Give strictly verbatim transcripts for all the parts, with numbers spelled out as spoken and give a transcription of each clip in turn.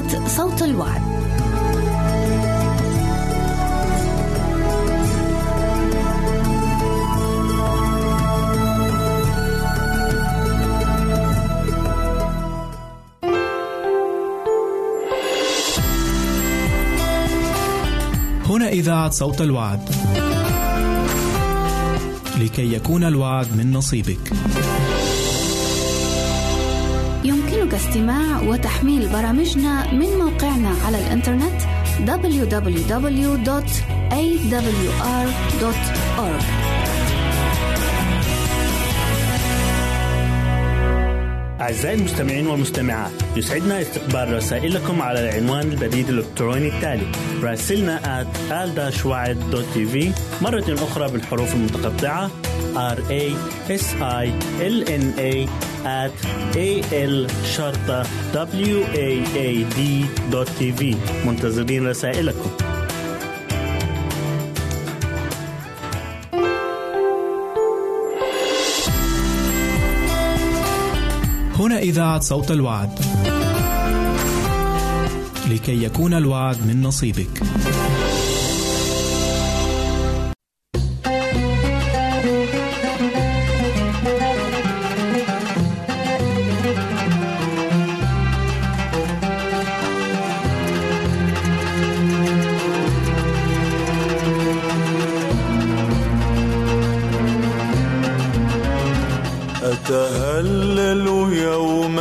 إذاعة صوت الوعد. هنا إذاعة صوت الوعد، لكي يكون الوعد من نصيبك. يمكنك استماع وتحميل برامجنا من موقعنا على الإنترنت دبليو دبليو دبليو دوت إيه دبليو آر دوت أورج. أعزائي المستمعين والمستمعات، يسعدنا استقبال رسائلكم على العنوان البريد الإلكتروني التالي: راسلنا آت آل داش وعد دوت تي في، مرة أخرى بالحروف المتقطعة آر إيه إس آي إل إن إيه آت إيه إل شرطة دبليو إيه إيه دي دوت تي في. منتظرين رسائلكم. هنا إذاعة صوت الوعد، لكي يكون الوعد من نصيبك. أتهلل يوم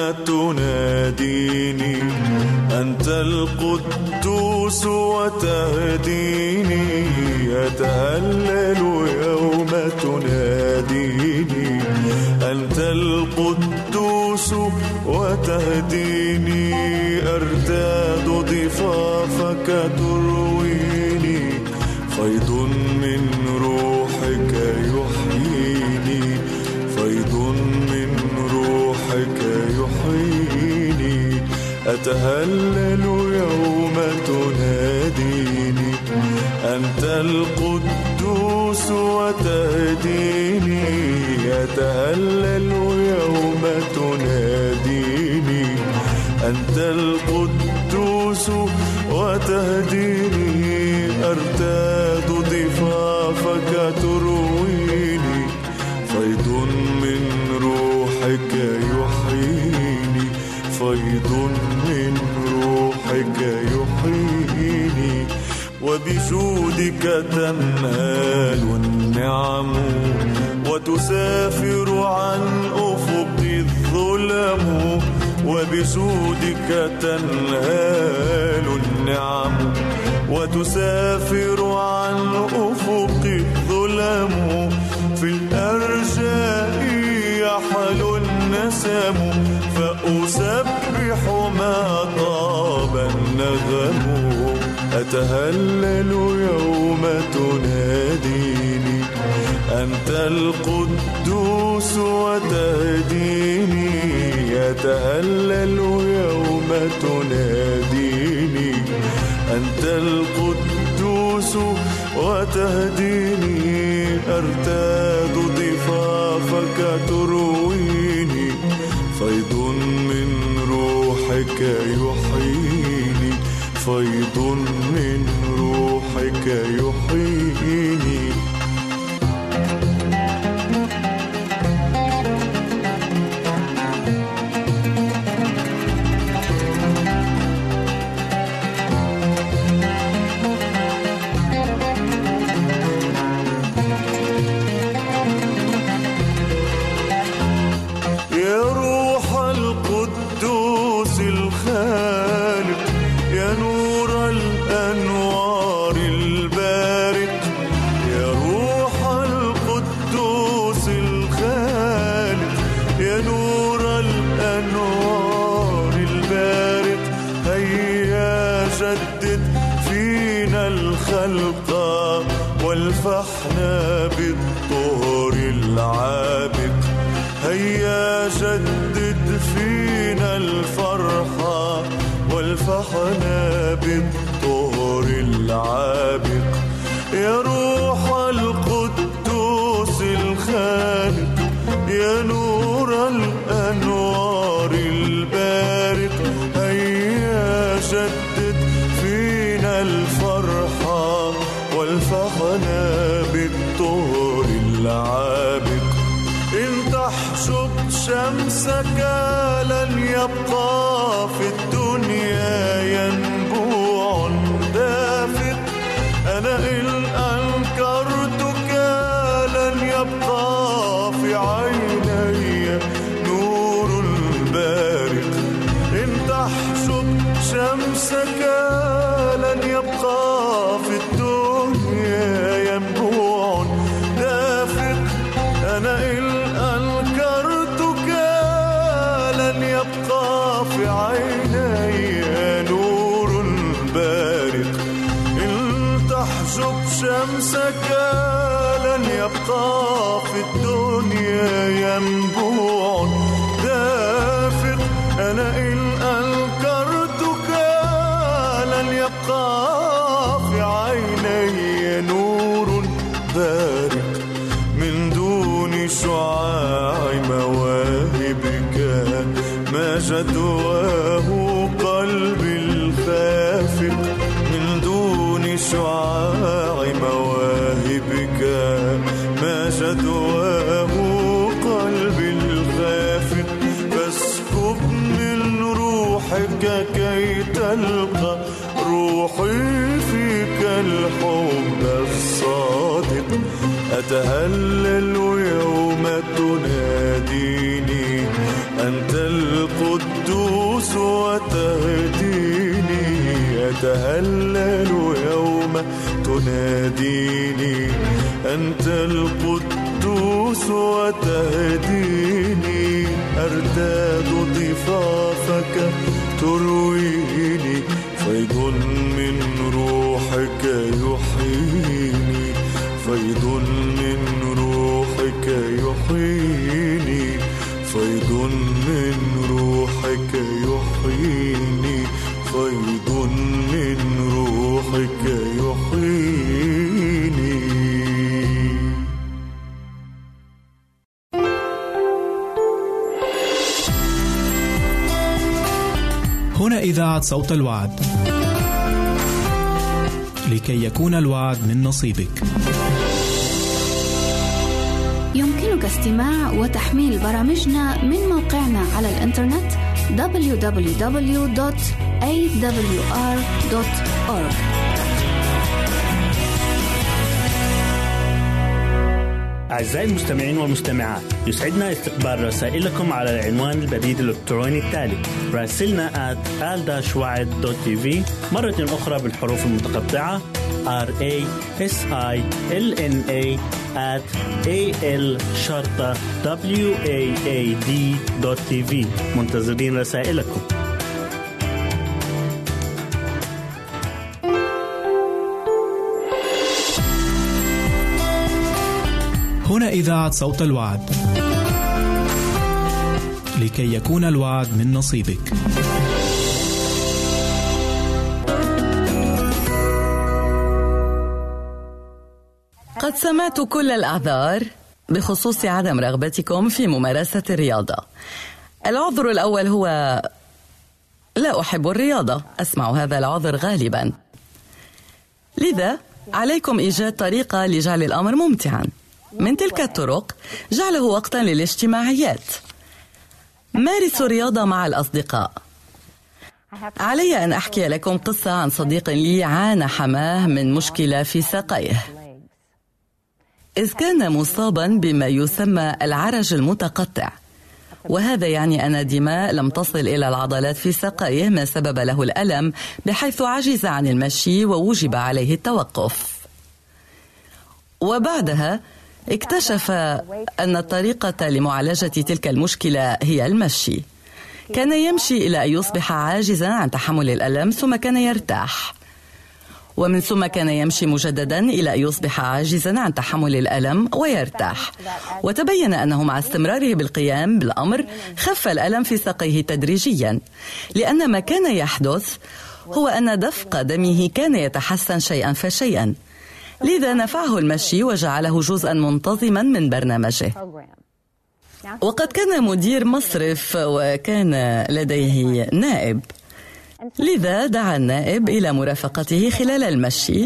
تناديني أنت القدوس وتهديني. أتهلل يوم تناديني أنت القدوس وتهديني. أرتاد ضفافك ترويني، فيض من روحك يحييني، فيض من روحك يحييني. أتهلل يوم تناديني أنت القدوس وتهديني. أتهلل يوم تناديني أنت القدوس وتهديني. أرتاد ضفافك ترويني، فيض من روحك يحييني، فيض من روحك يحييني. وبجودك تنهال النعم وتسافر عن أفق الظلم. وبجودك تنهال النعم وتسافر عن أفق الظلم. في الأرجاء يحل النسم، فأسبح ما طاب النغم. أتهلل يوم تناديني أنت القدوس وتهديني. أتهلل يوم تناديني أنت القدوس وتهديني. أرتاد ضفافك ترويني، فيض من روحك يحييني، فيض من روحك يحييني. والفحنا بالطهر العابق. هيا جدد فينا الفرحة والفحنا بالطهر العابق. يا روح القدوس الخالق، يا نور الأنوار البارق. هيا جدد فينا الفرحة والفخنا بالطهر العابق. إن تحشد شمسك لن يبقى في الدنيا ينبوع دافق. أنا إن أنكرتك لن يبقى في عيني نور بارق. إن تحشد شمسك لن يبقى في الدنيا ينبوع دافق. أنا إن أنكرتك لن يبقى في عيني نور بارق. إن تحجب شمسك لن يبقى في الدنيا ينبوع دافق. أنا إن أنكرتك لن يبقى في عيني نور بارق. من دون شعاع مواهبك ما جدواه قلبي الخافق. من دون شعاع مواهبك ما جدواه قلبي الخافق. فاسكب من روحك كي تلقى روحي فيك الحب الصادق. أتهلل يوم تناديني أنت القدوس وتهديني. أتهلل يوم تناديني أنت القدوس وتهديني. أرتاد ضفافك ترويني فيض من روحك يحييني. فيض من روحك يحييني. فيض من روحك يحييني. فيض من روحك يحييني. هنا إذاعة صوت الوعد. لكي يكون الوعد من نصيبك يمكنك استماع وتحميل برامجنا من موقعنا على الإنترنت دبليو دبليو دبليو دوت إيه دبليو آر دوت أورج. أعزائي المستمعين والمستمعات، يسعدنا استقبال رسائلكم على العنوان البريد الإلكتروني التالي: راسلنا آت آل داش وعد دوت تي في، مرة أخرى بالحروف المتقطعة آر إيه إس آي إل إن إيه آت إيه إل شرطة دبليو إيه إيه دي دوت تي في. منتظرين رسائلكم. هنا إذاعة صوت الوعد. لكي يكون الوعد من نصيبك. قد سمعت كل الأعذار بخصوص عدم رغبتكم في ممارسة الرياضة. العذر الأول هو لا أحب الرياضة. أسمع هذا العذر غالبا، لذا عليكم إيجاد طريقة لجعل الأمر ممتعا. من تلك الطرق جعله وقتا للاجتماعيات. مارسوا الرياضة مع الأصدقاء. علي أن أحكي لكم قصة عن صديق لي عانى حماه من مشكلة في ساقيه، إذ كان مصابا بما يسمى العرج المتقطع، وهذا يعني أن دماء لم تصل إلى العضلات في ساقيه، ما سبب له الألم بحيث عجز عن المشي ووجب عليه التوقف. وبعدها اكتشف أن الطريقة لمعالجة تلك المشكلة هي المشي. كان يمشي إلى أن يصبح عاجزا عن تحمل الألم، ثم كان يرتاح، ومن ثم كان يمشي مجددا إلى أن يصبح عاجزا عن تحمل الألم ويرتاح. وتبين أنه مع استمراره بالقيام بالأمر خف الألم في ساقيه تدريجيا، لأن ما كان يحدث هو أن دفق دمه كان يتحسن شيئا فشيئا، لذا نفعه المشي وجعله جزءا منتظما من برنامجه. وقد كان مدير مصرف وكان لديه نائب، لذا دعا النائب إلى مرافقته خلال المشي،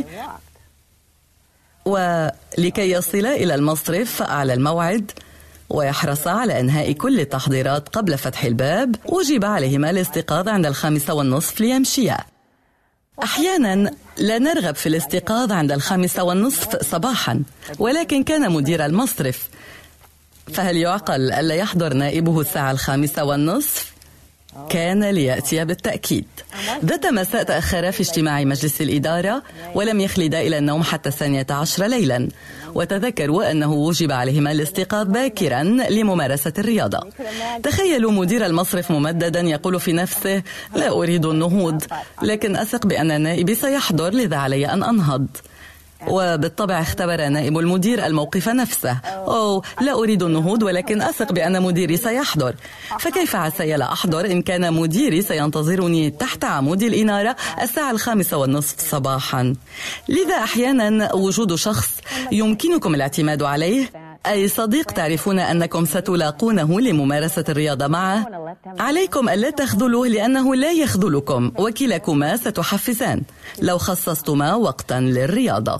ولكي يصل إلى المصرف فأعلى الموعد ويحرص على إنهاء كل التحضيرات قبل فتح الباب، وجب عليهما الاستيقاظ عند الخامسة والنصف ليمشيا. أحيانا لا نرغب في الاستيقاظ عند الخامسة والنصف صباحا، ولكن كان مدير المصرف، فهل يعقل ألا يحضر نائبه الساعة الخامسة والنصف؟ كان ليأتي بالتأكيد. ذات مساء تأخر في اجتماع مجلس الإدارة ولم يخلدا إلى النوم حتى الثانية عشر ليلا، وتذكروا أنه وجب عليهما الاستيقاظ باكرا لممارسة الرياضة. تخيلوا مدير المصرف ممددا يقول في نفسه: لا أريد النهوض، لكن أثق بأن نائبي سيحضر، لذا علي أن أنهض. وبالطبع اختبر نائب المدير الموقف نفسه: أوه، لا أريد النهوض ولكن أثق بأن مديري سيحضر، فكيف عسى لا أحضر إن كان مديري سينتظرني تحت عمود الإنارة الساعة الخامسة والنصف صباحا. لذا أحيانا وجود شخص يمكنكم الاعتماد عليه، أي صديق تعرفون أنكم ستلاقونه لممارسة الرياضة معه، عليكم ألا تخذلوه لأنه لا يخذلكم، وكلاكما ستحفزان لو خصصتما وقتا للرياضة.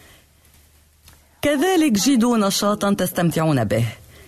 كذلك جدوا نشاطا تستمتعون به.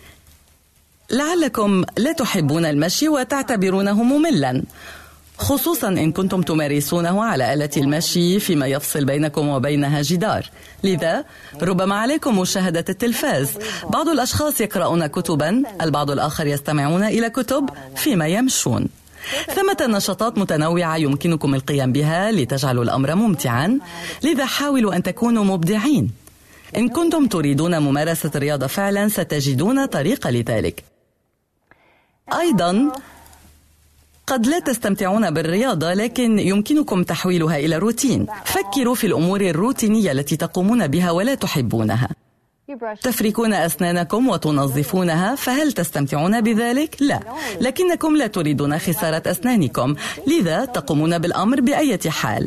لعلكم لا تحبون المشي وتعتبرونه مملا، خصوصا إن كنتم تمارسونه على آلة المشي فيما يفصل بينكم وبينها جدار، لذا ربما عليكم مشاهدة التلفاز. بعض الأشخاص يقرؤون كتبا، البعض الآخر يستمعون إلى كتب فيما يمشون. ثمة نشاطات متنوعة يمكنكم القيام بها لتجعلوا الأمر ممتعا، لذا حاولوا أن تكونوا مبدعين. إن كنتم تريدون ممارسة الرياضة فعلا ستجدون طريقة لذلك. أيضا قد لا تستمتعون بالرياضة، لكن يمكنكم تحويلها إلى روتين. فكروا في الأمور الروتينية التي تقومون بها ولا تحبونها. تفركون أسنانكم وتنظفونها، فهل تستمتعون بذلك؟ لا، لكنكم لا تريدون خسارة أسنانكم، لذا تقومون بالأمر بأي حال.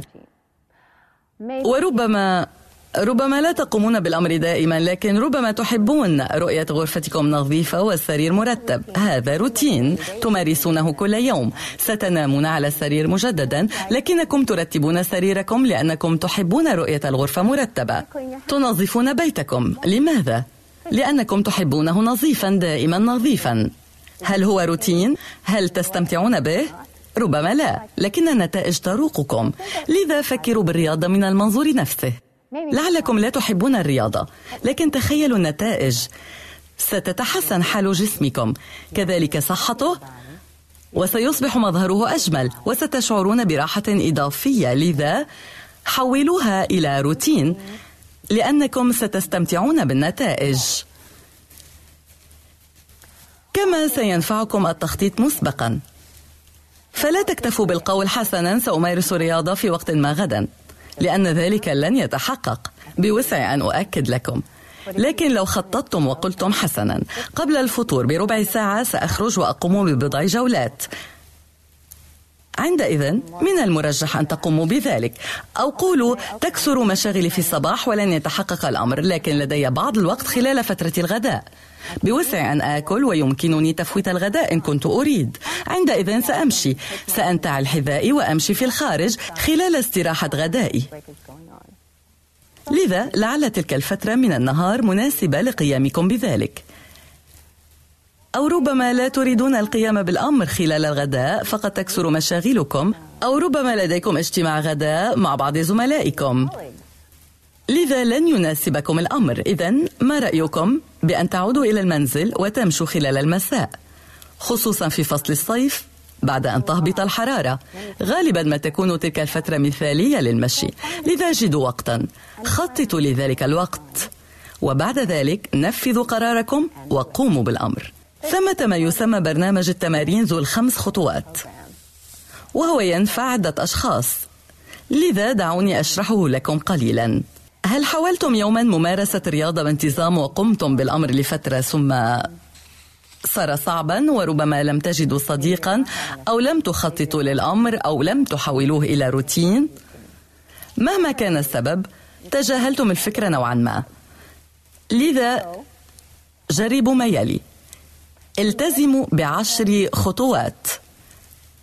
وربما ربما لا تقومون بالأمر دائما، لكن ربما تحبون رؤية غرفتكم نظيفة والسرير مرتب. هذا روتين تمارسونه كل يوم. ستنامون على السرير مجددا، لكنكم ترتبون سريركم لأنكم تحبون رؤية الغرفة مرتبة. تنظفون بيتكم، لماذا؟ لأنكم تحبونه نظيفا، دائما نظيفا. هل هو روتين؟ هل تستمتعون به؟ ربما لا، لكن النتائج تروقكم. لذا فكروا بالرياضة من المنظور نفسه. لعلكم لا تحبون الرياضة، لكن تخيلوا النتائج. ستتحسن حال جسمكم، كذلك صحته، وسيصبح مظهره أجمل، وستشعرون براحة إضافية. لذا حولوها إلى روتين لأنكم ستستمتعون بالنتائج. كما سينفعكم التخطيط مسبقا، فلا تكتفوا بالقول حسنا سأمارس رياضة في وقت ما غدا، لأن ذلك لن يتحقق. بوسع أن أؤكد لكم. لكن لو خططتم وقلتم حسنا قبل الفطور بربع ساعة سأخرج وأقوم ببضع جولات، عندئذ من المرجح أن تقوموا بذلك. أو قولوا تكسر مشاغلي في الصباح ولن يتحقق الأمر، لكن لدي بعض الوقت خلال فترة الغداء، بوسع أن آكل ويمكنني تفويت الغداء إن كنت أريد. عندئذ سأمشي، سأنتعل حذائي وأمشي في الخارج خلال استراحة غدائي. لذا لعل تلك الفترة من النهار مناسبة لقيامكم بذلك. أو ربما لا تريدون القيام بالأمر خلال الغداء، فقد تكسر مشاغلكم، أو ربما لديكم اجتماع غداء مع بعض زملائكم، لذا لن يناسبكم الأمر. إذن ما رأيكم بأن تعودوا إلى المنزل وتمشوا خلال المساء، خصوصا في فصل الصيف بعد أن تهبط الحرارة؟ غالبا ما تكون تلك الفترة مثالية للمشي، لذا جدوا وقتا، خططوا لذلك الوقت، وبعد ذلك نفذوا قراركم وقوموا بالأمر. ثمة ما يسمى برنامج التمارين ذو الخمس خطوات، وهو ينفع عدة أشخاص، لذا دعوني أشرحه لكم قليلا. هل حاولتم يوما ممارسة رياضة بانتظام وقمتم بالأمر لفترة ثم صار صعبا وربما لم تجدوا صديقا أو لم تخططوا للأمر أو لم تحولوه إلى روتين؟ مهما كان السبب تجاهلتم الفكرة نوعا ما، لذا جربوا ما يلي. التزموا بعشر خطوات.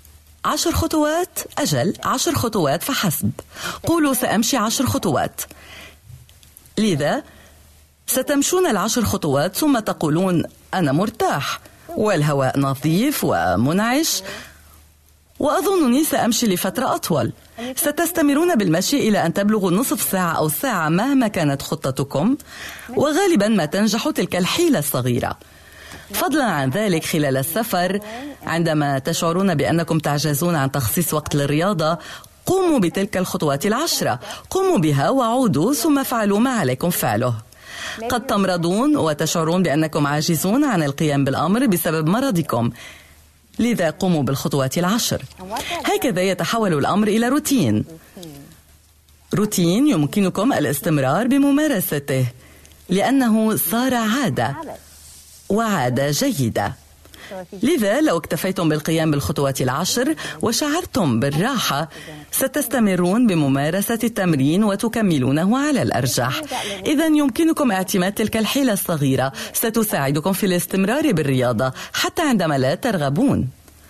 عشر خطوات؟ أجل، عشر خطوات فحسب. قولوا سأمشي عشر خطوات. لذا ستمشون العشر خطوات ثم تقولون أنا مرتاح والهواء نظيف ومنعش وأظنني سأمشي لفترة أطول. ستستمرون بالمشي إلى أن تبلغوا نصف ساعة أو ساعة مهما كانت خطتكم، وغالبا ما تنجح تلك الحيلة الصغيرة. فضلا عن ذلك خلال السفر عندما تشعرون بأنكم تعجزون عن تخصيص وقت للرياضة، قوموا بتلك الخطوات العشرة، قوموا بها وعودوا ثم فعلوا ما عليكم فعله. قد تمرضون وتشعرون بأنكم عاجزون عن القيام بالأمر بسبب مرضكم، لذا قوموا بالخطوات العشر. هكذا يتحول الأمر إلى روتين. روتين يمكنكم الاستمرار بممارسته لأنه صار عادة وعادة جيدة. لذا لو اكتفيتم بالقيام بالخطوات العشر وشعرتم بالراحة ستستمرون بممارسة التمرين وتكملونه على الأرجح. إذن يمكنكم اعتماد تلك الحيلة الصغيرة، ستساعدكم في الاستمرار بالرياضة حتى عندما لا ترغبون.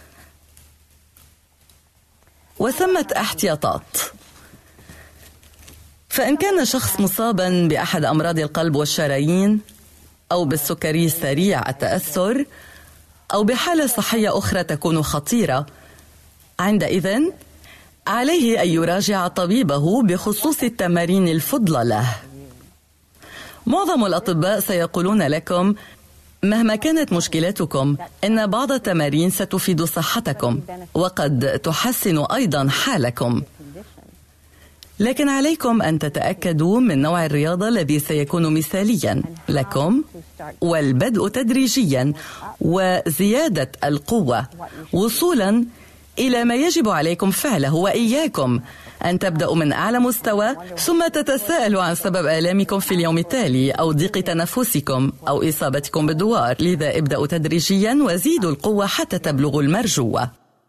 وثمة احتياطات. فإن كان شخص مصابا بأحد أمراض القلب والشرايين أو بالسكري سريع التأثر أو بحالة صحية أخرى تكون خطيرة، عندئذ عليه أن يراجع طبيبه بخصوص التمارين الفضلى له. معظم الأطباء سيقولون لكم مهما كانت مشكلتكم إن بعض التمارين ستفيد صحتكم وقد تحسن أيضا حالكم، لكن عليكم أن تتأكدوا من نوع الرياضة الذي سيكون مثاليا لكم، والبدء تدريجيا وزيادة القوة وصولا إلى ما يجب عليكم فعله. وإياكم أن تبدأوا من أعلى مستوى ثم تتساءلوا عن سبب آلامكم في اليوم التالي أو ضيق تنفسكم أو إصابتكم بالدوار. لذا ابدأوا تدريجيا وزيدوا القوة حتى تبلغوا المرجوة.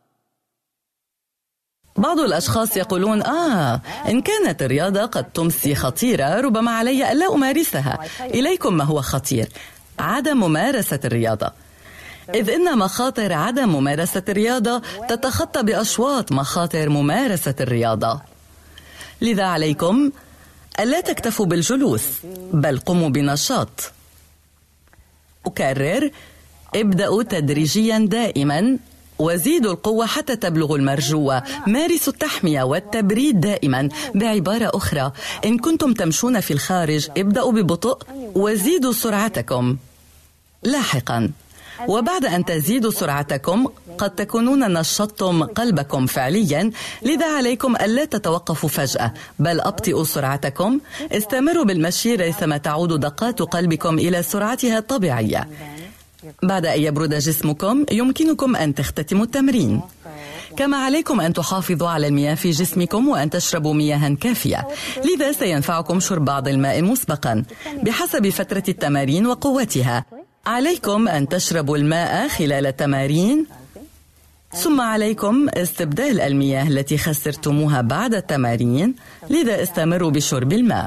بعض الأشخاص يقولون آه إن كانت الرياضة قد تمسي خطيرة ربما علي ألا أمارسها. إليكم ما هو خطير: عدم ممارسة الرياضة، إذ إن مخاطر عدم ممارسة الرياضة تتخطى بأشواط مخاطر ممارسة الرياضة. لذا عليكم ألا تكتفوا بالجلوس بل قوموا بنشاط. أكرر: ابدأوا تدريجيا دائما وزيدوا القوة حتى تبلغوا المرجوة. مارسوا التحمية والتبريد دائما. بعبارة أخرى، إن كنتم تمشون في الخارج ابدأوا ببطء وزيدوا سرعتكم لاحقا، وبعد أن تزيدوا سرعتكم قد تكونون نشطتم قلبكم فعليا. لذا عليكم ألا تتوقفوا فجأة بل أبطئوا سرعتكم. استمروا بالمشي ريثما تعود دقات قلبكم إلى سرعتها الطبيعية. بعد أن يبرد جسمكم يمكنكم أن تختتموا التمرين. كما عليكم أن تحافظوا على المياه في جسمكم وأن تشربوا مياها كافية. لذا سينفعكم شرب بعض الماء مسبقا بحسب فترة التمارين وقوتها. عليكم أن تشربوا الماء خلال التمارين، ثم عليكم استبدال المياه التي خسرتموها بعد التمارين. لذا استمروا بشرب الماء.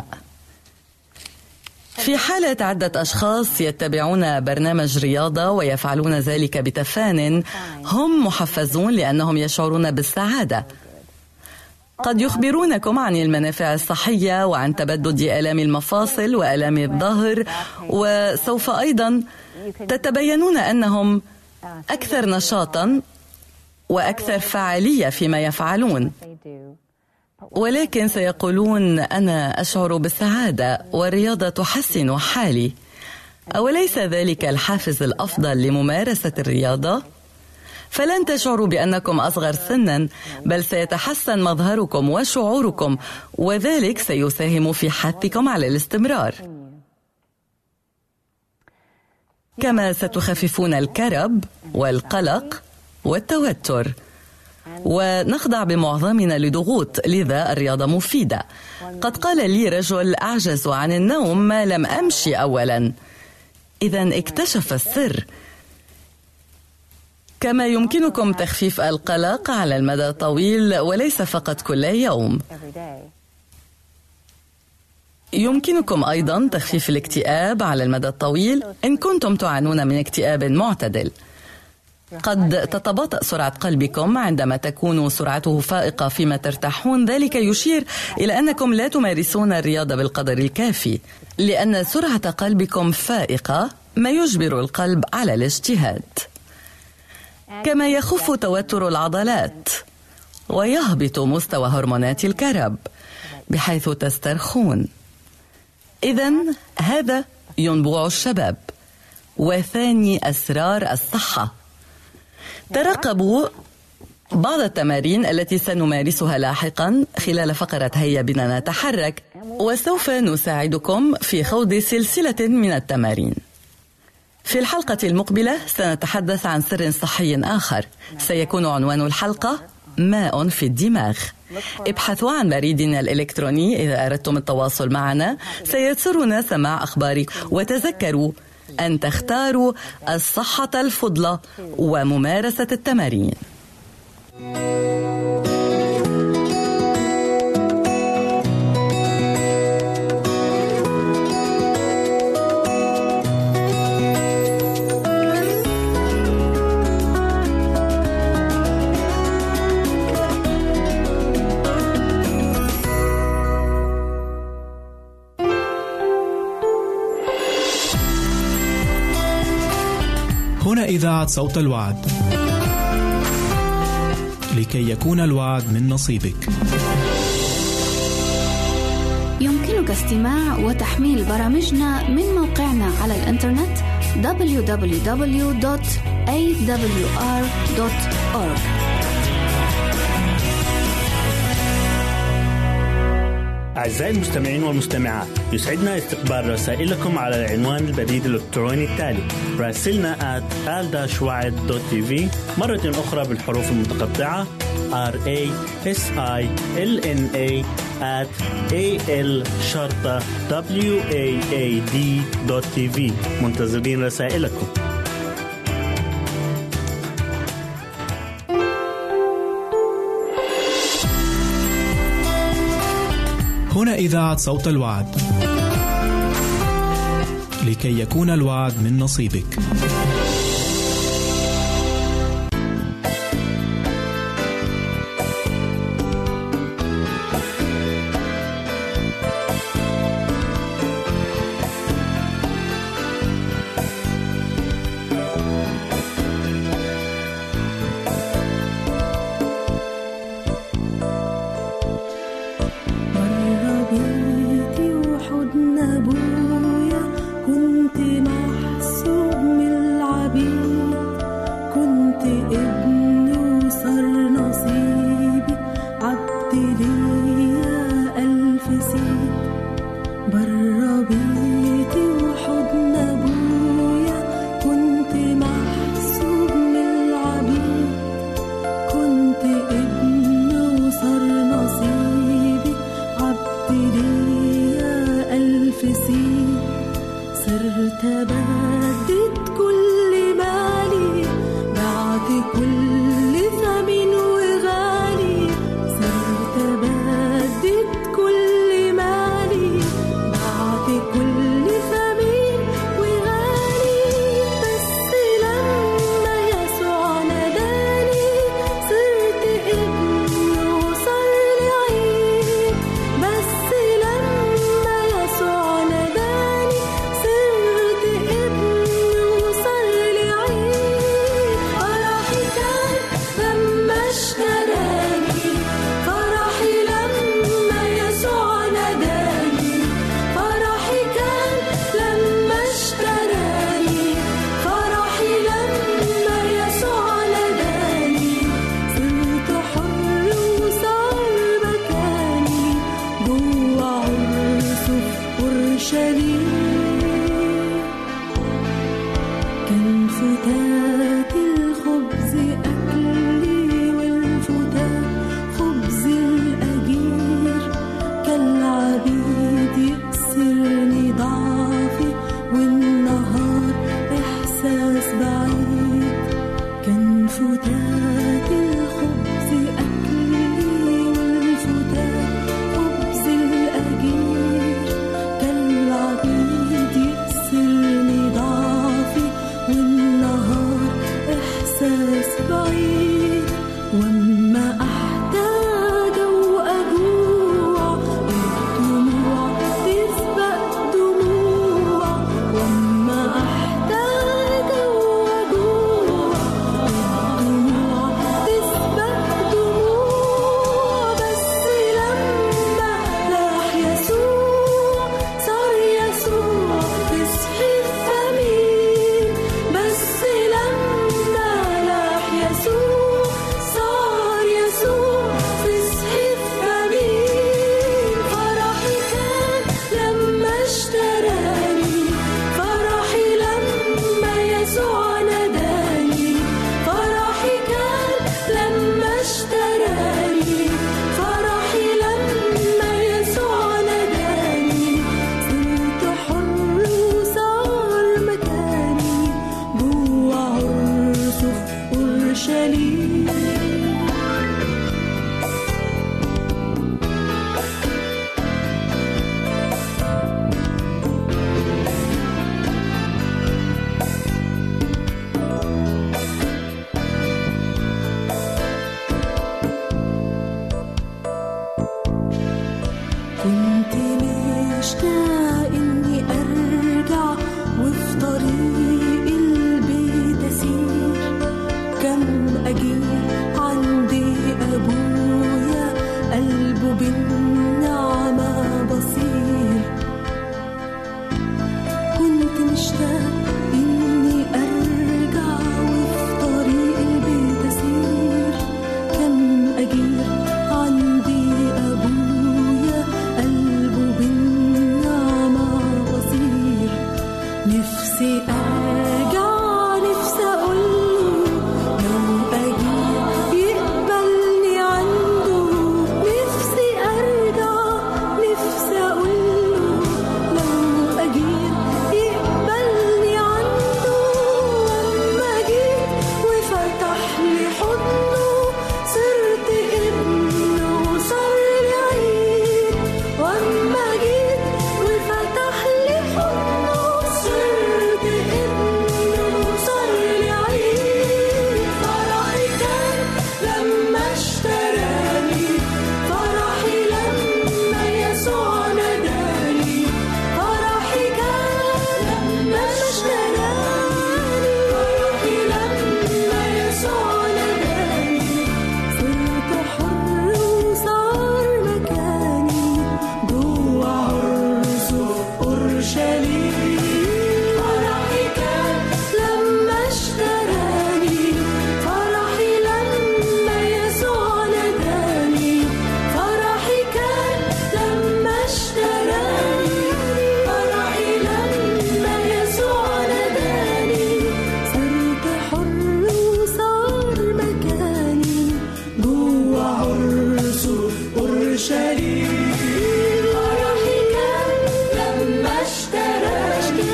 في حالة عدة أشخاص يتبعون برنامج رياضة ويفعلون ذلك بتفان، هم محفزون لأنهم يشعرون بالسعادة. قد يخبرونكم عن المنافع الصحية وعن تبدد آلام المفاصل وآلام الظهر، وسوف أيضا تتبينون أنهم أكثر نشاطا وأكثر فعالية فيما يفعلون، ولكن سيقولون أنا أشعر بالسعادة والرياضة تحسن حالي. أوليس ذلك الحافز الأفضل لممارسة الرياضة؟ فلن تشعروا بأنكم أصغر سنا بل سيتحسن مظهركم وشعوركم، وذلك سيساهم في حثكم على الاستمرار. كما ستخففون الكرب والقلق والتوتر، ونخضع بمعظمنا لضغوط. لذا الرياضة مفيدة. قد قال لي رجل أعجز عن النوم ما لم أمشي أولا. إذن اكتشف السر. كما يمكنكم تخفيف القلق على المدى الطويل وليس فقط كل يوم. يمكنكم أيضا تخفيف الاكتئاب على المدى الطويل إن كنتم تعانون من اكتئاب معتدل. قد تتباطأ سرعة قلبكم عندما تكون سرعته فائقة فيما ترتاحون. ذلك يشير إلى أنكم لا تمارسون الرياضة بالقدر الكافي، لأن سرعة قلبكم فائقة ما يجبر القلب على الاجتهاد. كما يخف توتر العضلات ويهبط مستوى هرمونات الكرب بحيث تسترخون. إذن هذا ينبوع الشباب وثاني أسرار الصحة. ترقبوا بعض التمارين التي سنمارسها لاحقا خلال فقرة هيا بنا نتحرك، وسوف نساعدكم في خوض سلسلة من التمارين. في الحلقة المقبلة سنتحدث عن سر صحي آخر، سيكون عنوان الحلقة ماء في الدماغ. ابحثوا عن بريدنا الإلكتروني إذا أردتم التواصل معنا، سيسرنا سماع أخبارك، وتذكروا أن تختاروا الصحة الفضلى وممارسة التمارين. هنا إذاعة صوت الوعد، لكي يكون الوعد من نصيبك. يمكنك استماع وتحميل برامجنا من موقعنا على الإنترنت دبليو دبليو دبليو دوت إيه دبليو آر دوت أورج. أعزائي المستمعين والمستمعات، يسعدنا استقبال رسائلكم على العنوان البريد الإلكتروني التالي: راسلنا آت آل داش وعد دوت تي في، مرة أخرى بالحروف المتقطعة آر إيه إس آي إل إن إيه آت إيه إل شرطة دبليو إيه إيه دي دوت تي في. منتظرين رسائلكم. هنا إذاعة صوت الوعد، لكي يكون الوعد من نصيبك. العبيد يأسرني ضعفي والنهار كنت مشتاق إني أرجع وفي طريق البيت أسير، كم أجيب عندي أبويا قلبه بالنعمة بصير. كنت مشتاق إني أرجع وفي طريق البيت أسير، كم أجيب عندي أبويا قلبه بالنعمة بصير. نفسي أرجع، نفسي أقوله لو أجيب يقبلني عنده. نفسي أرجع، نفسي أقوله لو أجيب يقبلني عنده. لما جيت وفتح لي حضنه صرت ابنه وصار لي عيد. وأما جيت وفتح لي حضنه صرت ابنه وصار لي عيد. فرحي كان لما اشتراني، فرحي لما يسوع ناداني. فرحي كان لما اشتراني، فرحي لما يسوع ناداني. صرت حر وصار مكاني جوا عرسه أورشليم. فرحي كان لما اشتراني، فرحي لما يسوع ناداني. فرحي كان لما اشتراني، فرحي لما يسوع ناداني. صرت حر وصار مكاني جوا عرسه أورشليم. فرحي كان لما اشتراني،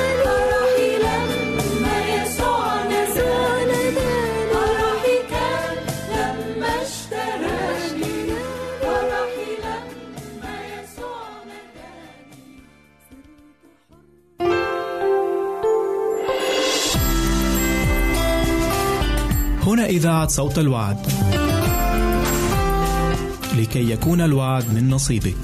فرحي لما يسوع ناداني. فرحي كان لما اشتراني، فرحي لما يسوع ناداني. هنا إذاعة صوت الوعد، لكي يكون الوعد من نصيبك.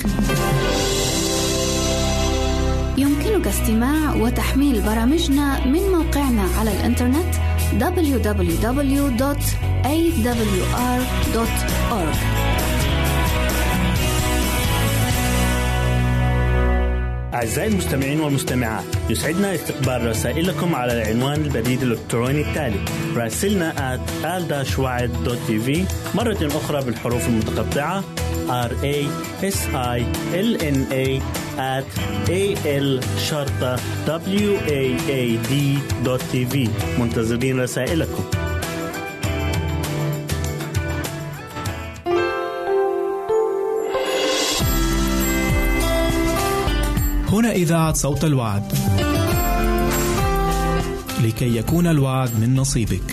يمكنك استماع وتحميل برامجنا من موقعنا على الإنترنت دبليو دبليو دبليو دوت إيه دبليو آر دوت أورج. أعزائي المستمعين والمستمعات، يسعدنا استقبال رسائلكم على العنوان البريد الإلكتروني التالي: راسلنا آت آل داش وعد دوت تي في، مرة أخرى بالحروف المتقطعة آر إيه إس آي إل إن إيه آت إيه إل شرطة دبليو إيه إيه دي دوت تي في. منتظرين رسائلكم. هنا إذاعة صوت الوعد، لكي يكون الوعد من نصيبك.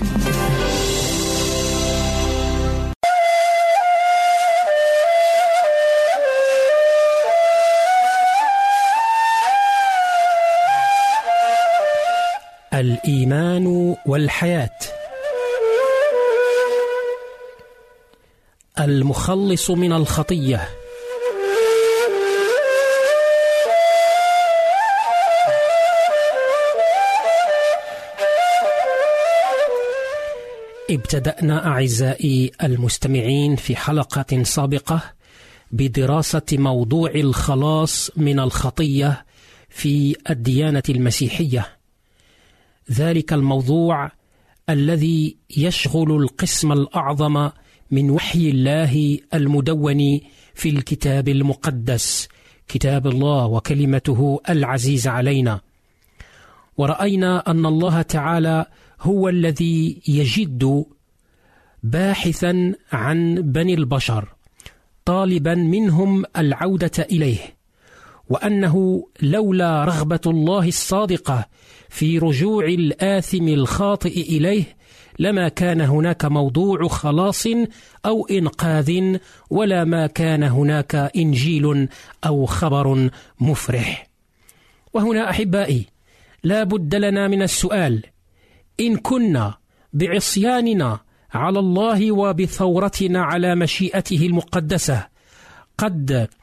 الإيمان والحياة. المخلص من الخطية. ابتدأنا أعزائي المستمعين في حلقة سابقة بدراسة موضوع الخلاص من الخطية في الديانة المسيحية، ذلك الموضوع الذي يشغل القسم الأعظم من وحي الله المدون في الكتاب المقدس، كتاب الله وكلمته العزيزة علينا. ورأينا أن الله تعالى هو الذي يجد باحثا عن بني البشر طالبا منهم العودة إليه، وأنه لولا رغبة الله الصادقة في رجوع الآثم الخاطئ إليه لما كان هناك موضوع خلاص أو إنقاذ، ولا ما كان هناك إنجيل أو خبر مفرح. وهنا أحبائي لا بد لنا من السؤال: إن كنا بعصياننا على الله وبثورتنا على مشيئته المقدسة قد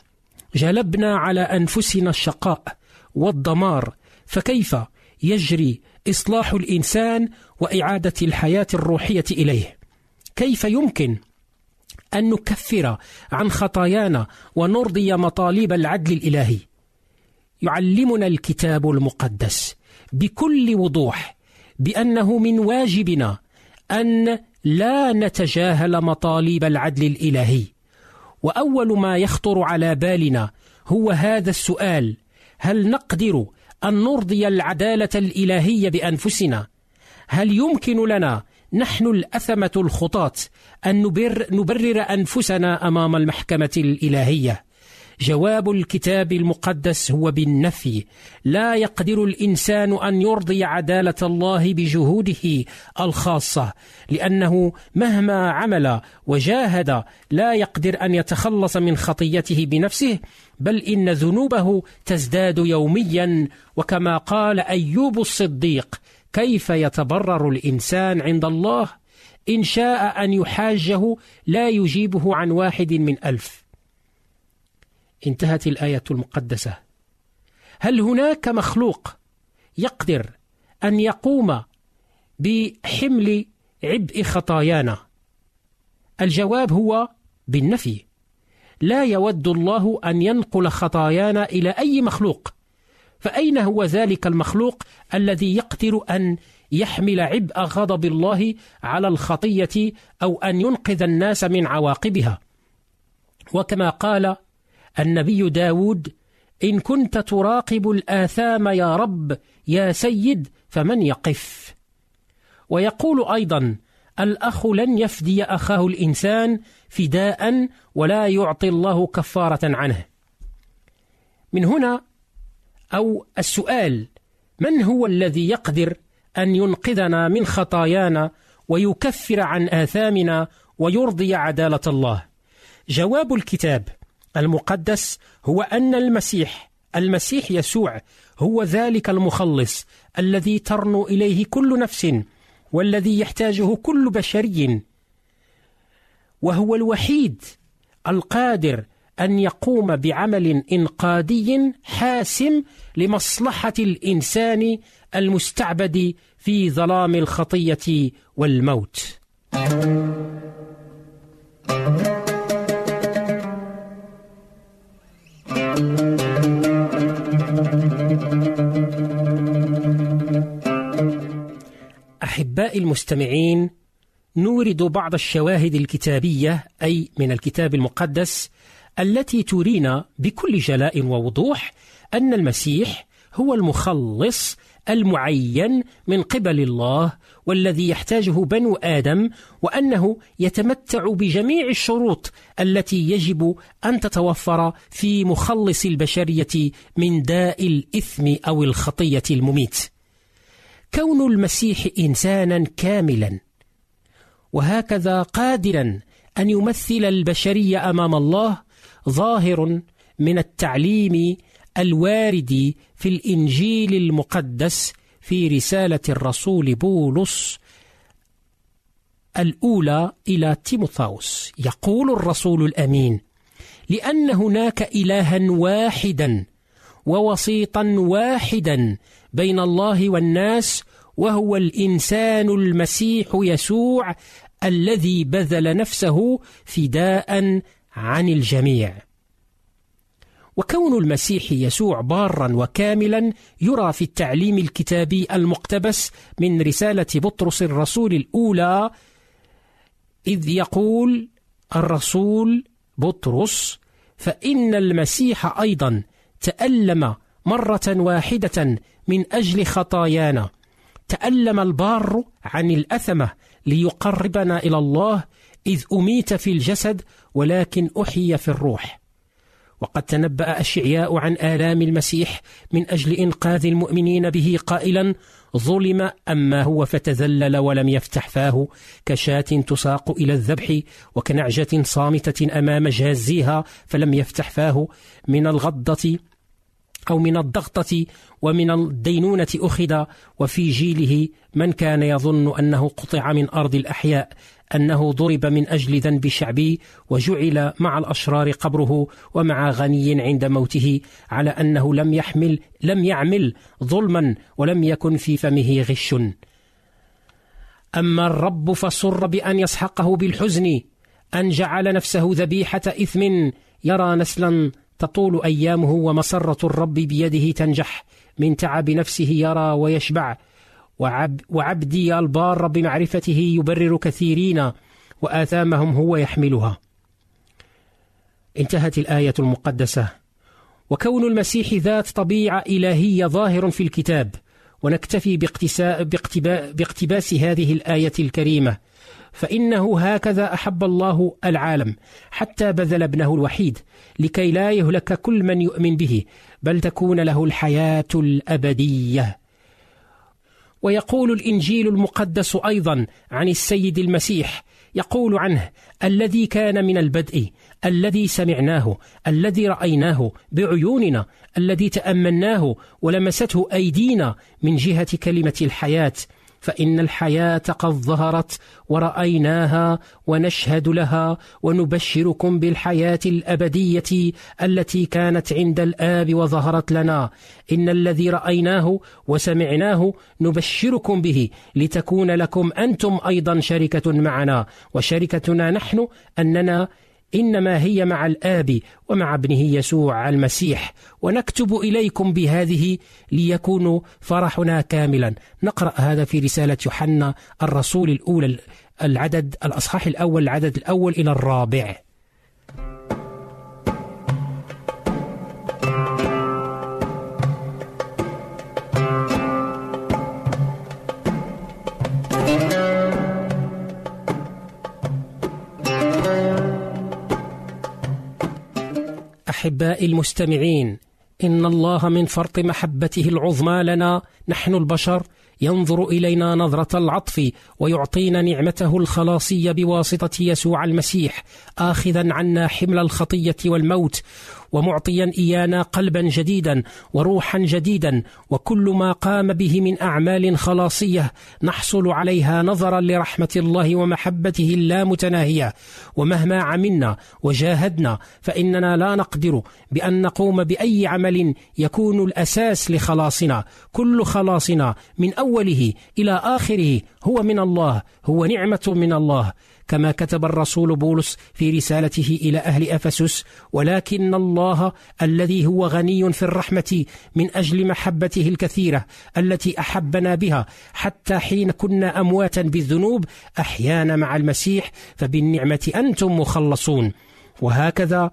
جلبنا على أنفسنا الشقاء والدمار، فكيف يجري إصلاح الإنسان وإعادة الحياة الروحية إليه؟ كيف يمكن أن نكفر عن خطايانا ونرضي مطالب العدل الإلهي؟ يعلمنا الكتاب المقدس بكل وضوح بأنه من واجبنا أن لا نتجاهل مطالب العدل الإلهي. وأول ما يخطر على بالنا هو هذا السؤال: هل نقدر أن نرضي العدالة الإلهية بأنفسنا؟ هل يمكن لنا نحن الأثمة الخطاة أن نبر نبرر أنفسنا أمام المحكمة الإلهية؟ جواب الكتاب المقدس هو بالنفي. لا يقدر الإنسان أن يرضي عدالة الله بجهوده الخاصة، لأنه مهما عمل وجاهد لا يقدر أن يتخلص من خطيته بنفسه، بل إن ذنوبه تزداد يوميا. وكما قال أيوب الصديق: كيف يتبرر الإنسان عند الله؟ إن شاء أن يحاجه لا يجيبه عن واحد من ألف. انتهت الآية المقدسة. هل هناك مخلوق يقدر أن يقوم بحمل عبء خطايانا؟ الجواب هو بالنفي. لا يود الله أن ينقل خطايانا إلى أي مخلوق، فأين هو ذلك المخلوق الذي يقدر أن يحمل عبء غضب الله على الخطية أو أن ينقذ الناس من عواقبها؟ وكما قال النبي داود: إن كنت تراقب الآثام يا رب يا سيد فمن يقف. ويقول أيضا: الأخ لن يفدي أخاه الإنسان فداء ولا يعطي الله كفارة عنه. من هنا أو السؤال: من هو الذي يقدر أن ينقذنا من خطايانا ويكفر عن آثامنا ويرضي عدالة الله؟ جواب الكتاب المقدس هو أن المسيح المسيح يسوع هو ذلك المخلص الذي ترنو إليه كل نفس والذي يحتاجه كل بشري، وهو الوحيد القادر أن يقوم بعمل إنقاذي حاسم لمصلحة الإنسان المستعبد في ظلام الخطية والموت. أحبائي المستمعين، نورد بعض الشواهد الكتابية أي من الكتاب المقدس التي ترينا بكل جلاء ووضوح أن المسيح هو المخلص المعين من قبل الله والذي يحتاجه بنو آدم، وأنه يتمتع بجميع الشروط التي يجب أن تتوفر في مخلص البشرية من داء الإثم أو الخطية المميت. كون المسيح إنسانا كاملا وهكذا قادرا أن يمثل البشرية أمام الله ظاهر من التعليم الوارد في الإنجيل المقدس في رسالة الرسول بولس الأولى إلى تيموثاوس. يقول الرسول الأمين: لأن هناك إلها واحدا ووسيطا واحدا بين الله والناس، وهو الإنسان المسيح يسوع الذي بذل نفسه فداء عن الجميع. وكون المسيح يسوع بارا وكاملا يرى في التعليم الكتابي المقتبس من رسالة بطرس الرسول الأولى، إذ يقول الرسول بطرس: فإن المسيح أيضا تألم مرة واحدة من أجل خطايانا، تألم البار عن الأثمة ليقربنا إلى الله، إذ أميت في الجسد ولكن أحيي في الروح. وقد تنبأ أشعياء عن آلام المسيح من أجل إنقاذ المؤمنين به قائلا: ظلم أما هو فتذلل ولم يفتح فاه، كشاة تساق إلى الذبح وكنعجة صامتة أمام جازيها فلم يفتح فاه، من الغضة أو من الضغطة ومن الدينونة أخذ، وفي جيله من كان يظن أنه قطع من أرض الأحياء، أنه ضرب من أجل ذنب شعبي وجعل مع الأشرار قبره ومع غني عند موته، على أنه لم يحمل لم يعمل ظلما ولم يكن في فمه غش. أما الرب فسر بأن يسحقه بالحزن أن جعل نفسه ذبيحة إثم، يرى نسلا تطول أيامه ومسرة الرب بيده تنجح، من تعب نفسه يرى ويشبع، وعب وعبدي البار بمعرفته يبرر كثيرين وآثامهم هو يحملها. انتهت الآية المقدسة. وكون المسيح ذات طبيعة إلهية ظاهر في الكتاب، ونكتفي باقتباس هذه الآية الكريمة، فإنه هكذا أحب الله العالم حتى بذل ابنه الوحيد لكي لا يهلك كل من يؤمن به، بل تكون له الحياة الأبدية. ويقول الإنجيل المقدس أيضا عن السيد المسيح، يقول عنه: الذي كان من البدء، الذي سمعناه، الذي رأيناه بعيوننا، الذي تأملناه ولمسته أيدينا من جهة كلمة الحياة، فإن الحياة قد ظهرت ورأيناها ونشهد لها ونبشركم بالحياة الأبدية التي كانت عند الآب وظهرت لنا. إن الذي رأيناه وسمعناه نبشركم به لتكون لكم أنتم أيضا شركة معنا، وشركتنا نحن أننا إنما هي مع الآب ومع ابنه يسوع المسيح، ونكتب إليكم بهذه ليكون فرحنا كاملا. نقرأ هذا في رسالة يوحنا الرسول الأولى العدد الأصحاح الأول العدد الأول إلى الرابع. أحبائي المستمعين، إن الله من فرط محبته العظمى لنا نحن البشر ينظر إلينا نظرة العطف، ويعطينا نعمته الخلاصية بواسطة يسوع المسيح، آخذا عنا حمل الخطية والموت، ومعطيا إيانا قلبا جديدا وروحا جديدا، وكل ما قام به من أعمال خلاصية نحصل عليها نظرا لرحمة الله ومحبته اللامتناهية. ومهما عملنا وجاهدنا فإننا لا نقدر بأن نقوم بأي عمل يكون الأساس لخلاصنا. كل خلاصنا من أوله إلى آخره هو من الله، هو نعمة من الله، كما كتب الرسول بولس في رسالته إلى أهل أفسس: ولكن الله الذي هو غني في الرحمة من أجل محبته الكثيرة التي أحبنا بها حتى حين كنا أمواتا بالذنوب أحيانا مع المسيح، فبالنعمة أنتم مخلصون. وهكذا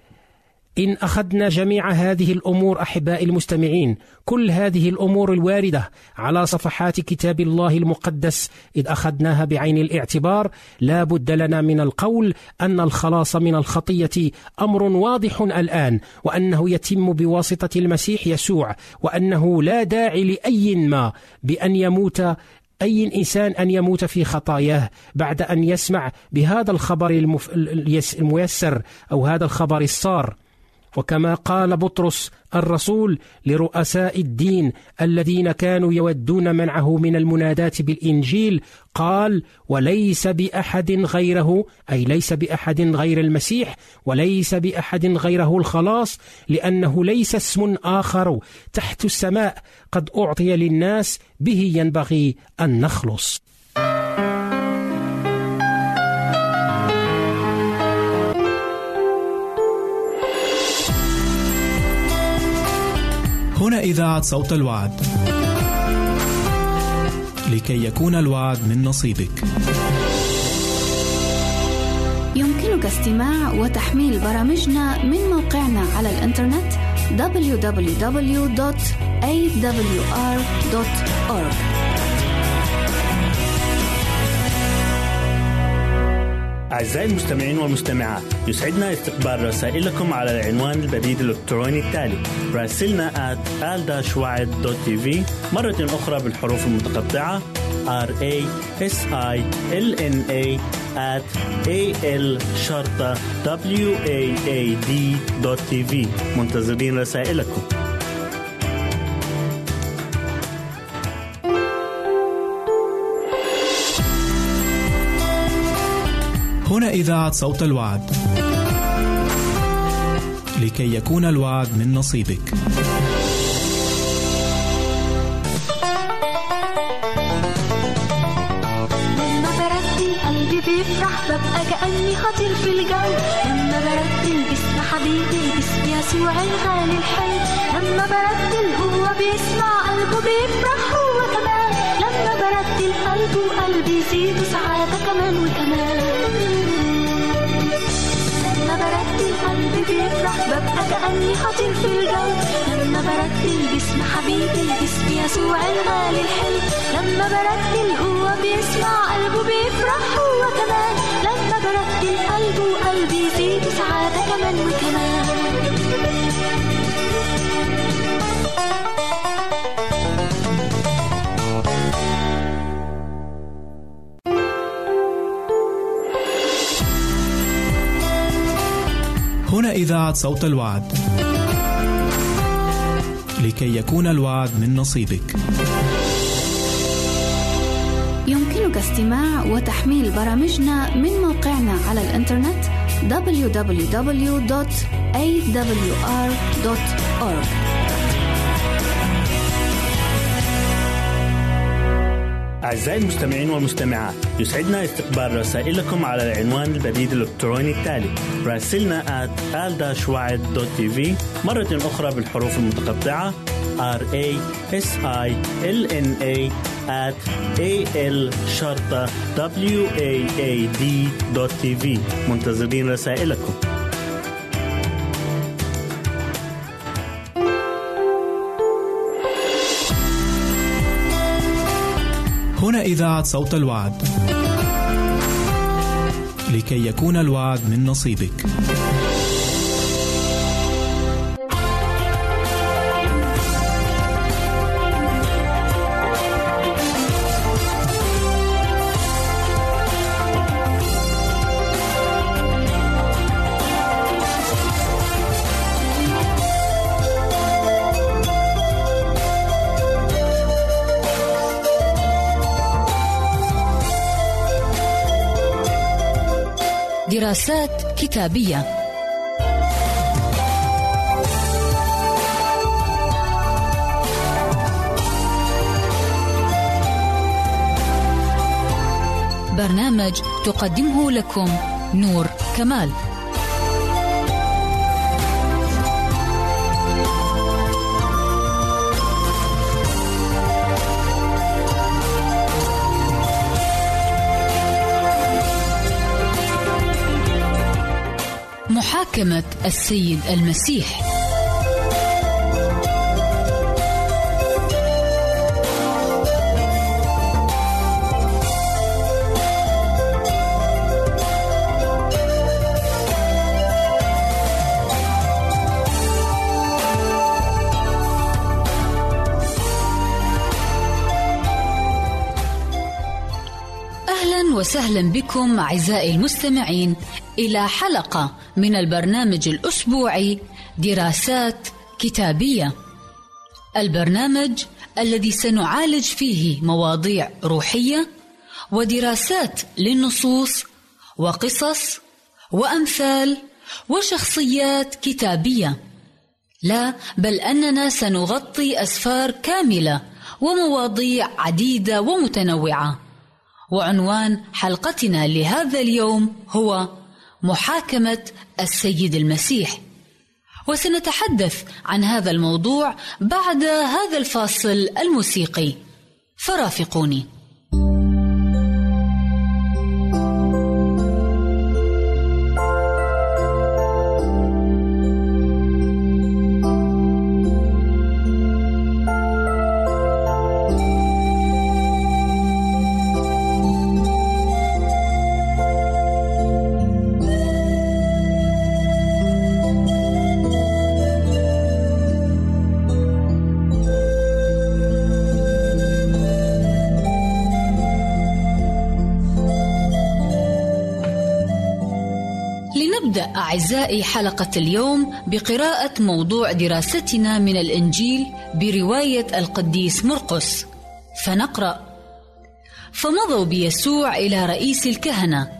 إن أخذنا جميع هذه الأمور أحبائي المستمعين، كل هذه الأمور الواردة على صفحات كتاب الله المقدس، إذ أخذناها بعين الاعتبار، لا بد لنا من القول أن الخلاص من الخطية أمر واضح الآن، وأنه يتم بواسطة المسيح يسوع، وأنه لا داعي لأي ما بأن يموت أي إنسان أن يموت في خطاياه بعد أن يسمع بهذا الخبر المف... الميسر أو هذا الخبر الصار. وكما قال بطرس الرسول لرؤساء الدين الذين كانوا يودون منعه من المنادات بالإنجيل، قال: وليس بأحد غيره، أي ليس بأحد غير المسيح، وليس بأحد غيره الخلاص، لأنه ليس اسم آخر تحت السماء قد أعطي للناس به ينبغي أن نخلص. هنا إذاعة صوت الوعد، لكي يكون الوعد من نصيبك. يمكنك استماع وتحميل برامجنا من موقعنا على الإنترنت دبليو دبليو دبليو دوت إيه دبليو آر دوت أورج. أعزائي المستمعين والمستمعات، يسعدنا استقبال رسائلكم على العنوان البريد الإلكتروني التالي: راسلنا آت آل وعد دوت تي في، مرة أخرى بالحروف المتقطعة آر إيه إس آي إل إن إيه آت إيه إل شرطة واد دوت تي في. منتظرين رسائلكم. هنا إذاعة صوت الوعد. لكي يكون الوعد من نصيبك. لما برتل قلبي بيفرح، ببقى كأني خطير في الجو. لما برتل باسم حبيبي، باسم يسوع الغالي الحي. لما برتل هو بيسمع، قلبه بيفرح هو كمان. لما برتل قلبه وقلبي يزيد سعادة كمان وكمان. لما برتل قلبي بيفرح، ببقى كأني خطير في الجو. لما برتل باسم حبيبي، باسم يسوع الغالي الحلو. لما برتل هو بيسمع، قلبه بيفرح هو كمان. لما برتل قلبه وقلبي يزيد سعادة كمان وكمان. هنا إذاعة صوت الوعد. لكي يكون الوعد من نصيبك. يمكنك استماع وتحميل برامجنا من موقعنا على الإنترنت دبليو دبليو دبليو دوت إيه دبليو آر دوت أورج. أعزائي المستمعين والمستمعات، يسعدنا استقبال رسائلكم على العنوان البريد الإلكتروني التالي: راسلنا آت آل داش وعد دوت تي في، مرة أخرى بالحروف المتقطعة آر إيه إس آي إل إن إيه آت إيه إل شرطة دبليو إيه إيه دي دوت تي في. منتظرين رسائلكم. هنا إذاعة صوت الوعد. لكي يكون الوعد من نصيبك. دراسات كتابية. برنامج تقدمه لكم نور كمال. محاكمة السيد المسيح. أهلا وسهلا بكم أعزائي المستمعين إلى حلقة من البرنامج الأسبوعي دراسات كتابية، البرنامج الذي سنعالج فيه مواضيع روحية ودراسات للنصوص وقصص وأمثال وشخصيات كتابية. لا، بل أننا سنغطي أسفار كاملة ومواضيع عديدة ومتنوعة. وعنوان حلقتنا لهذا اليوم هو محاكمة السيد المسيح، وسنتحدث عن هذا الموضوع بعد هذا الفاصل الموسيقي، فرافقوني. نبدأ أعزائي حلقة اليوم بقراءة موضوع دراستنا من الإنجيل برواية القديس مرقس. فنقرأ: فمضوا بيسوع إلى رئيس الكهنة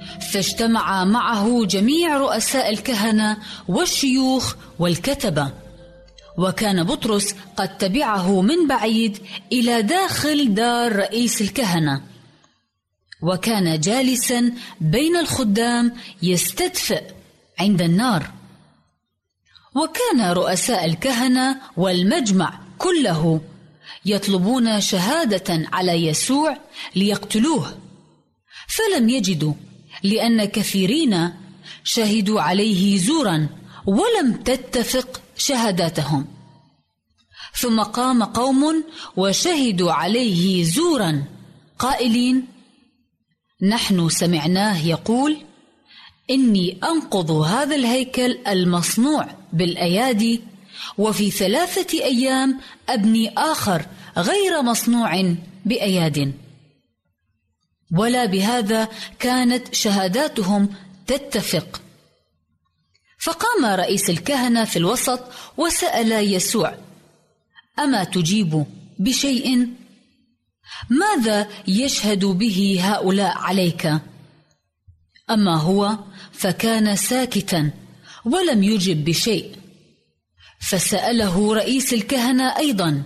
فاجتمع معه جميع رؤساء الكهنة والشيوخ والكتبة، وكان بطرس قد تبعه من بعيد إلى داخل دار رئيس الكهنة، وكان جالسا بين الخدام يستدفئ عند النار. وكان رؤساء الكهنة والمجمع كله يطلبون شهادة على يسوع ليقتلوه، فلم يجدوا، لأن كثيرين شهدوا عليه زورا ولم تتفق شهاداتهم. ثم قام قوم وشهدوا عليه زورا قائلين: نحن سمعناه يقول: إني أنقض هذا الهيكل المصنوع بالأيادي، وفي ثلاثة أيام أبني آخر غير مصنوع بأياد. ولا بهذا كانت شهاداتهم تتفق. فقام رئيس الكهنة في الوسط وسأل يسوع: أما تجيب بشيء؟ ماذا يشهد به هؤلاء عليك؟ أما هو فكان ساكتا ولم يجب بشيء. فسأله رئيس الكهنة أيضا: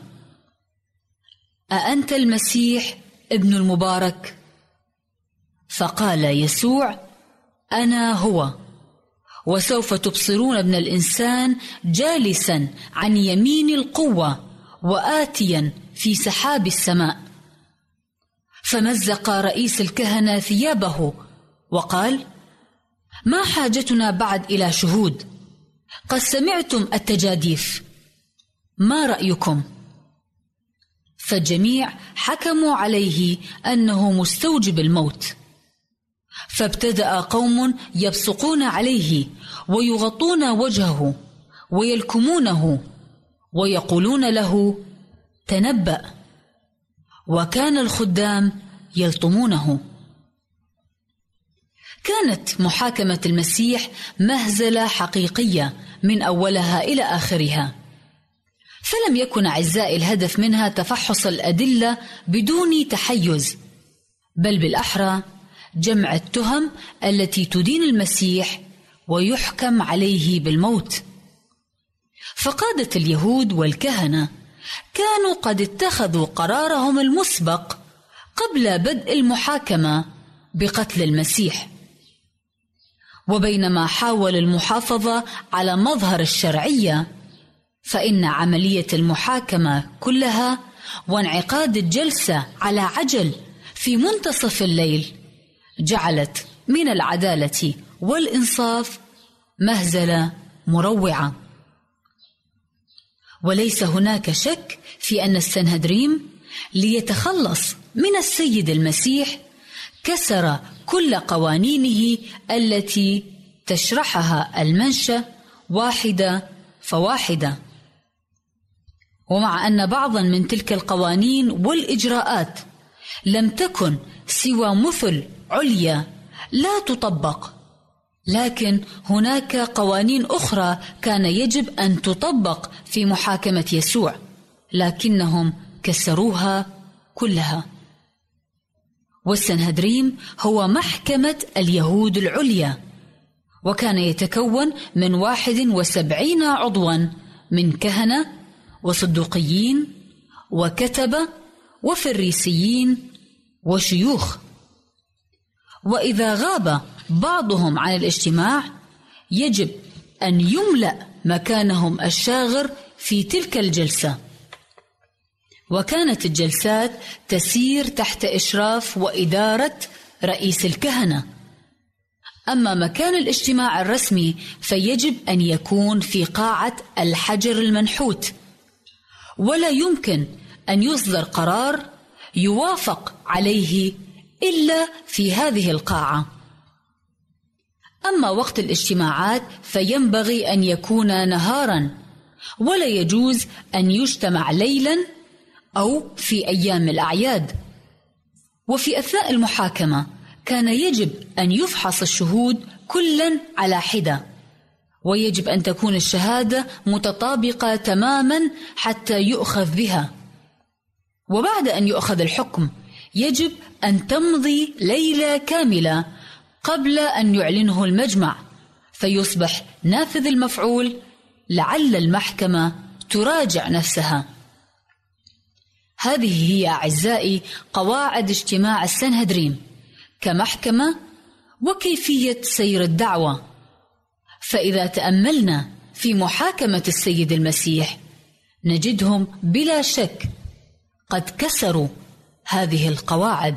أأنت المسيح ابن المبارك؟ فقال يسوع: أنا هو، وسوف تبصرون ابن الإنسان جالسا عن يمين القوة وآتيا في سحاب السماء. فمزق رئيس الكهنة ثيابه وقال: ما حاجتنا بعد إلى شهود؟ قد سمعتم التجاديف، ما رأيكم؟ فالجميع حكموا عليه أنه مستوجب الموت. فابتدأ قوم يبصقون عليه ويغطون وجهه ويلكمونه ويقولون له: تنبأ. وكان الخدام يلطمونه. كانت محاكمة المسيح مهزلة حقيقية من أولها إلى آخرها، فلم يكن أعزائي الهدف منها تفحص الأدلة بدون تحيز، بل بالأحرى جمع التهم التي تدين المسيح ويحكم عليه بالموت. فقادة اليهود والكهنة كانوا قد اتخذوا قرارهم المسبق قبل بدء المحاكمة بقتل المسيح. وبينما حاول المحافظة على مظهر الشرعية، فإن عملية المحاكمة كلها وانعقاد الجلسة على عجل في منتصف الليل جعلت من العدالة والإنصاف مهزلة مروعة. وليس هناك شك في أن السنهدريم ليتخلص من السيد المسيح كسر كل قوانينه التي تشرحها المنشأ واحدة فواحدة. ومع أن بعضا من تلك القوانين والإجراءات لم تكن سوى مثل عليا لا تطبق، لكن هناك قوانين أخرى كان يجب أن تطبق في محاكمة يسوع، لكنهم كسروها كلها. والسنهدريم هو محكمة اليهود العليا، وكان يتكون من واحد وسبعين عضوا من كهنة وصدوقيين وكتبة وفريسيين وشيوخ. وإذا غاب بعضهم عن الاجتماع يجب أن يملأ مكانهم الشاغر في تلك الجلسة. وكانت الجلسات تسير تحت إشراف وإدارة رئيس الكهنة. أما مكان الاجتماع الرسمي فيجب أن يكون في قاعة الحجر المنحوت، ولا يمكن أن يصدر قرار يوافق عليه إلا في هذه القاعة. أما وقت الاجتماعات فينبغي أن يكون نهارا، ولا يجوز أن يجتمع ليلا أو في أيام الأعياد. وفي أثناء المحاكمة كان يجب أن يفحص الشهود كلا على حدة، ويجب أن تكون الشهادة متطابقة تماما حتى يؤخذ بها. وبعد أن يؤخذ الحكم يجب أن تمضي ليلة كاملة قبل أن يعلنه المجمع، فيصبح نافذ المفعول لعل المحكمة تراجع نفسها. هذه هي أعزائي قواعد اجتماع السنهدرين كمحكمة وكيفية سير الدعوة. فإذا تأملنا في محاكمة السيد المسيح نجدهم بلا شك قد كسروا هذه القواعد.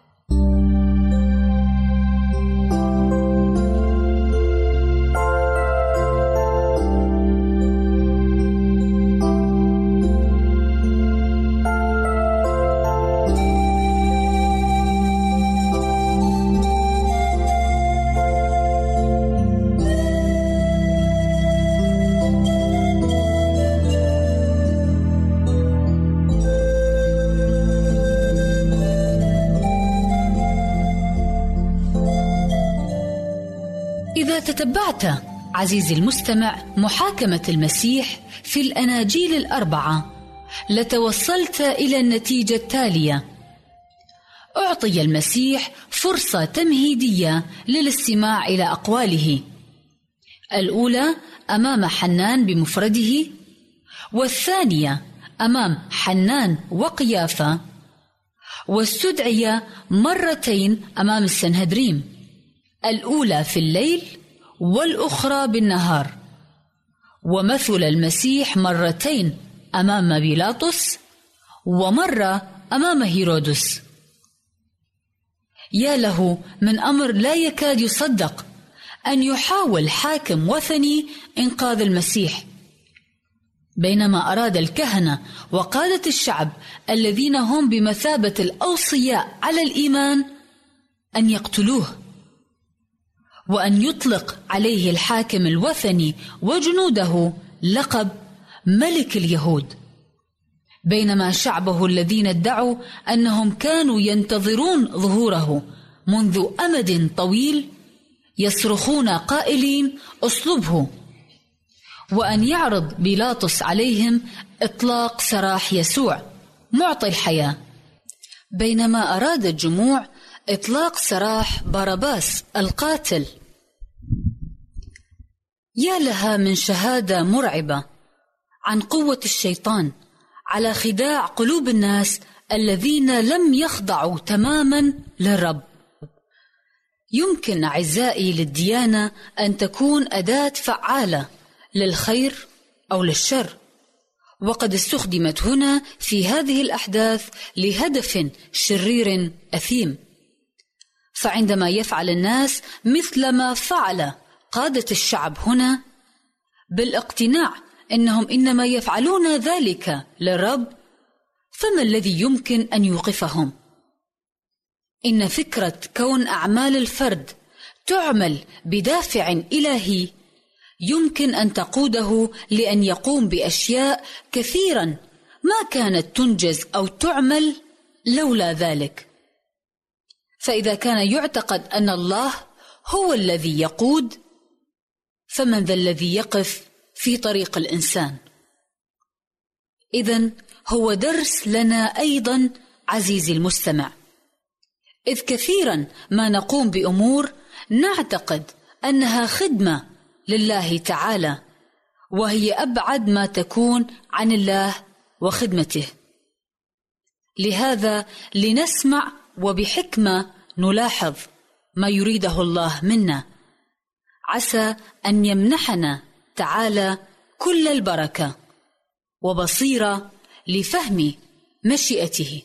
إذا تتبعت عزيزي المستمع محاكمة المسيح في الأناجيل الأربعة لتوصلت إلى النتيجة التالية: أعطي المسيح فرصة تمهيدية للاستماع إلى أقواله، الأولى أمام حنان بمفرده، والثانية أمام حنان وقيافة، واستدعي مرتين أمام السنهدرين، الأولى في الليل والأخرى بالنهار، ومثل المسيح مرتين أمام بيلاطس ومرة أمام هيرودس. يا له من أمر لا يكاد يصدق أن يحاول حاكم وثني إنقاذ المسيح، بينما أراد الكهنة وقادة الشعب الذين هم بمثابة الأوصياء على الإيمان أن يقتلوه، وأن يطلق عليه الحاكم الوثني وجنوده لقب ملك اليهود، بينما شعبه الذين ادعوا أنهم كانوا ينتظرون ظهوره منذ أمد طويل يصرخون قائلين اصلبه، وأن يعرض بيلاطس عليهم إطلاق سراح يسوع معطي الحياة، بينما أراد الجموع إطلاق سراح باراباس القاتل. يا لها من شهادة مرعبة عن قوة الشيطان على خداع قلوب الناس الذين لم يخضعوا تماما للرب. يمكن أعزائي للديانة أن تكون أداة فعالة للخير أو للشر، وقد استخدمت هنا في هذه الأحداث لهدف شرير أثيم. فعندما يفعل الناس مثل ما فعل قادة الشعب هنا بالاقتناع أنهم إنما يفعلون ذلك للرب، فما الذي يمكن أن يوقفهم؟ إن فكرة كون أعمال الفرد تعمل بدافع إلهي يمكن أن تقوده لأن يقوم بأشياء كثيرا ما كانت تنجز أو تعمل لولا ذلك. فإذا كان يعتقد أن الله هو الذي يقود، فمن ذا الذي يقف في طريق الإنسان؟ إذن هو درس لنا أيضا عزيزي المستمع، إذ كثيرا ما نقوم بأمور نعتقد أنها خدمة لله تعالى، وهي أبعد ما تكون عن الله وخدمته. لهذا لنسمع وبحكمة نلاحظ ما يريده الله منا، عسى أن يمنحنا تعالى كل البركة وبصيرة لفهم مشيئته.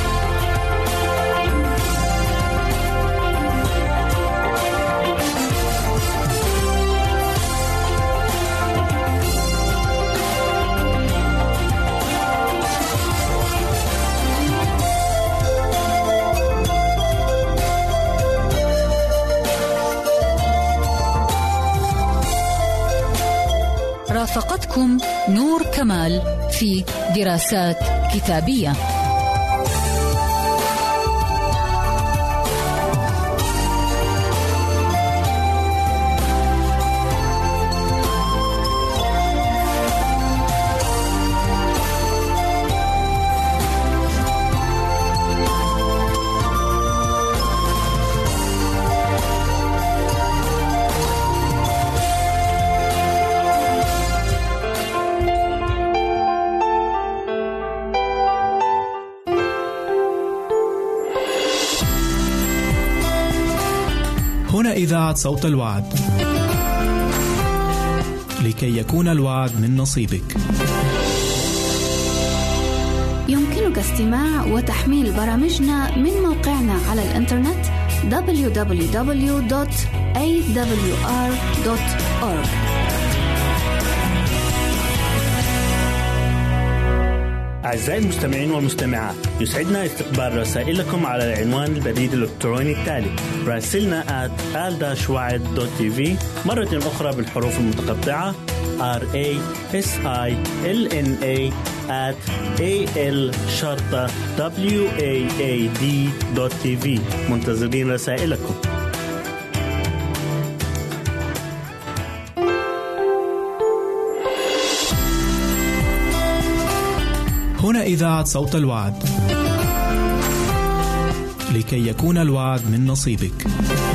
رافقتكم نور كمال في دراسات كتابية. إذاعة صوت الوعد. لكي يكون الوعد من نصيبك. يمكنك استماع وتحميل برامجنا من موقعنا على الإنترنت دبليو دبليو دبليو دوت إيه دبليو آر دوت أورج. أعزائي المستمعين والمستمعات، يسعدنا استقبال رسائلكم على العنوان البريد الإلكتروني التالي: راسلنا آت آل داش وعد دوت تي في، مرة أخرى بالحروف المتقطعة آر إيه إس آي إل إن إيه آت إيه إل شرطة دبليو إيه إيه دي دوت تي في. منتظرين رسائلكم. هنا إذاعة صوت الوعد. لكي يكون الوعد من نصيبك.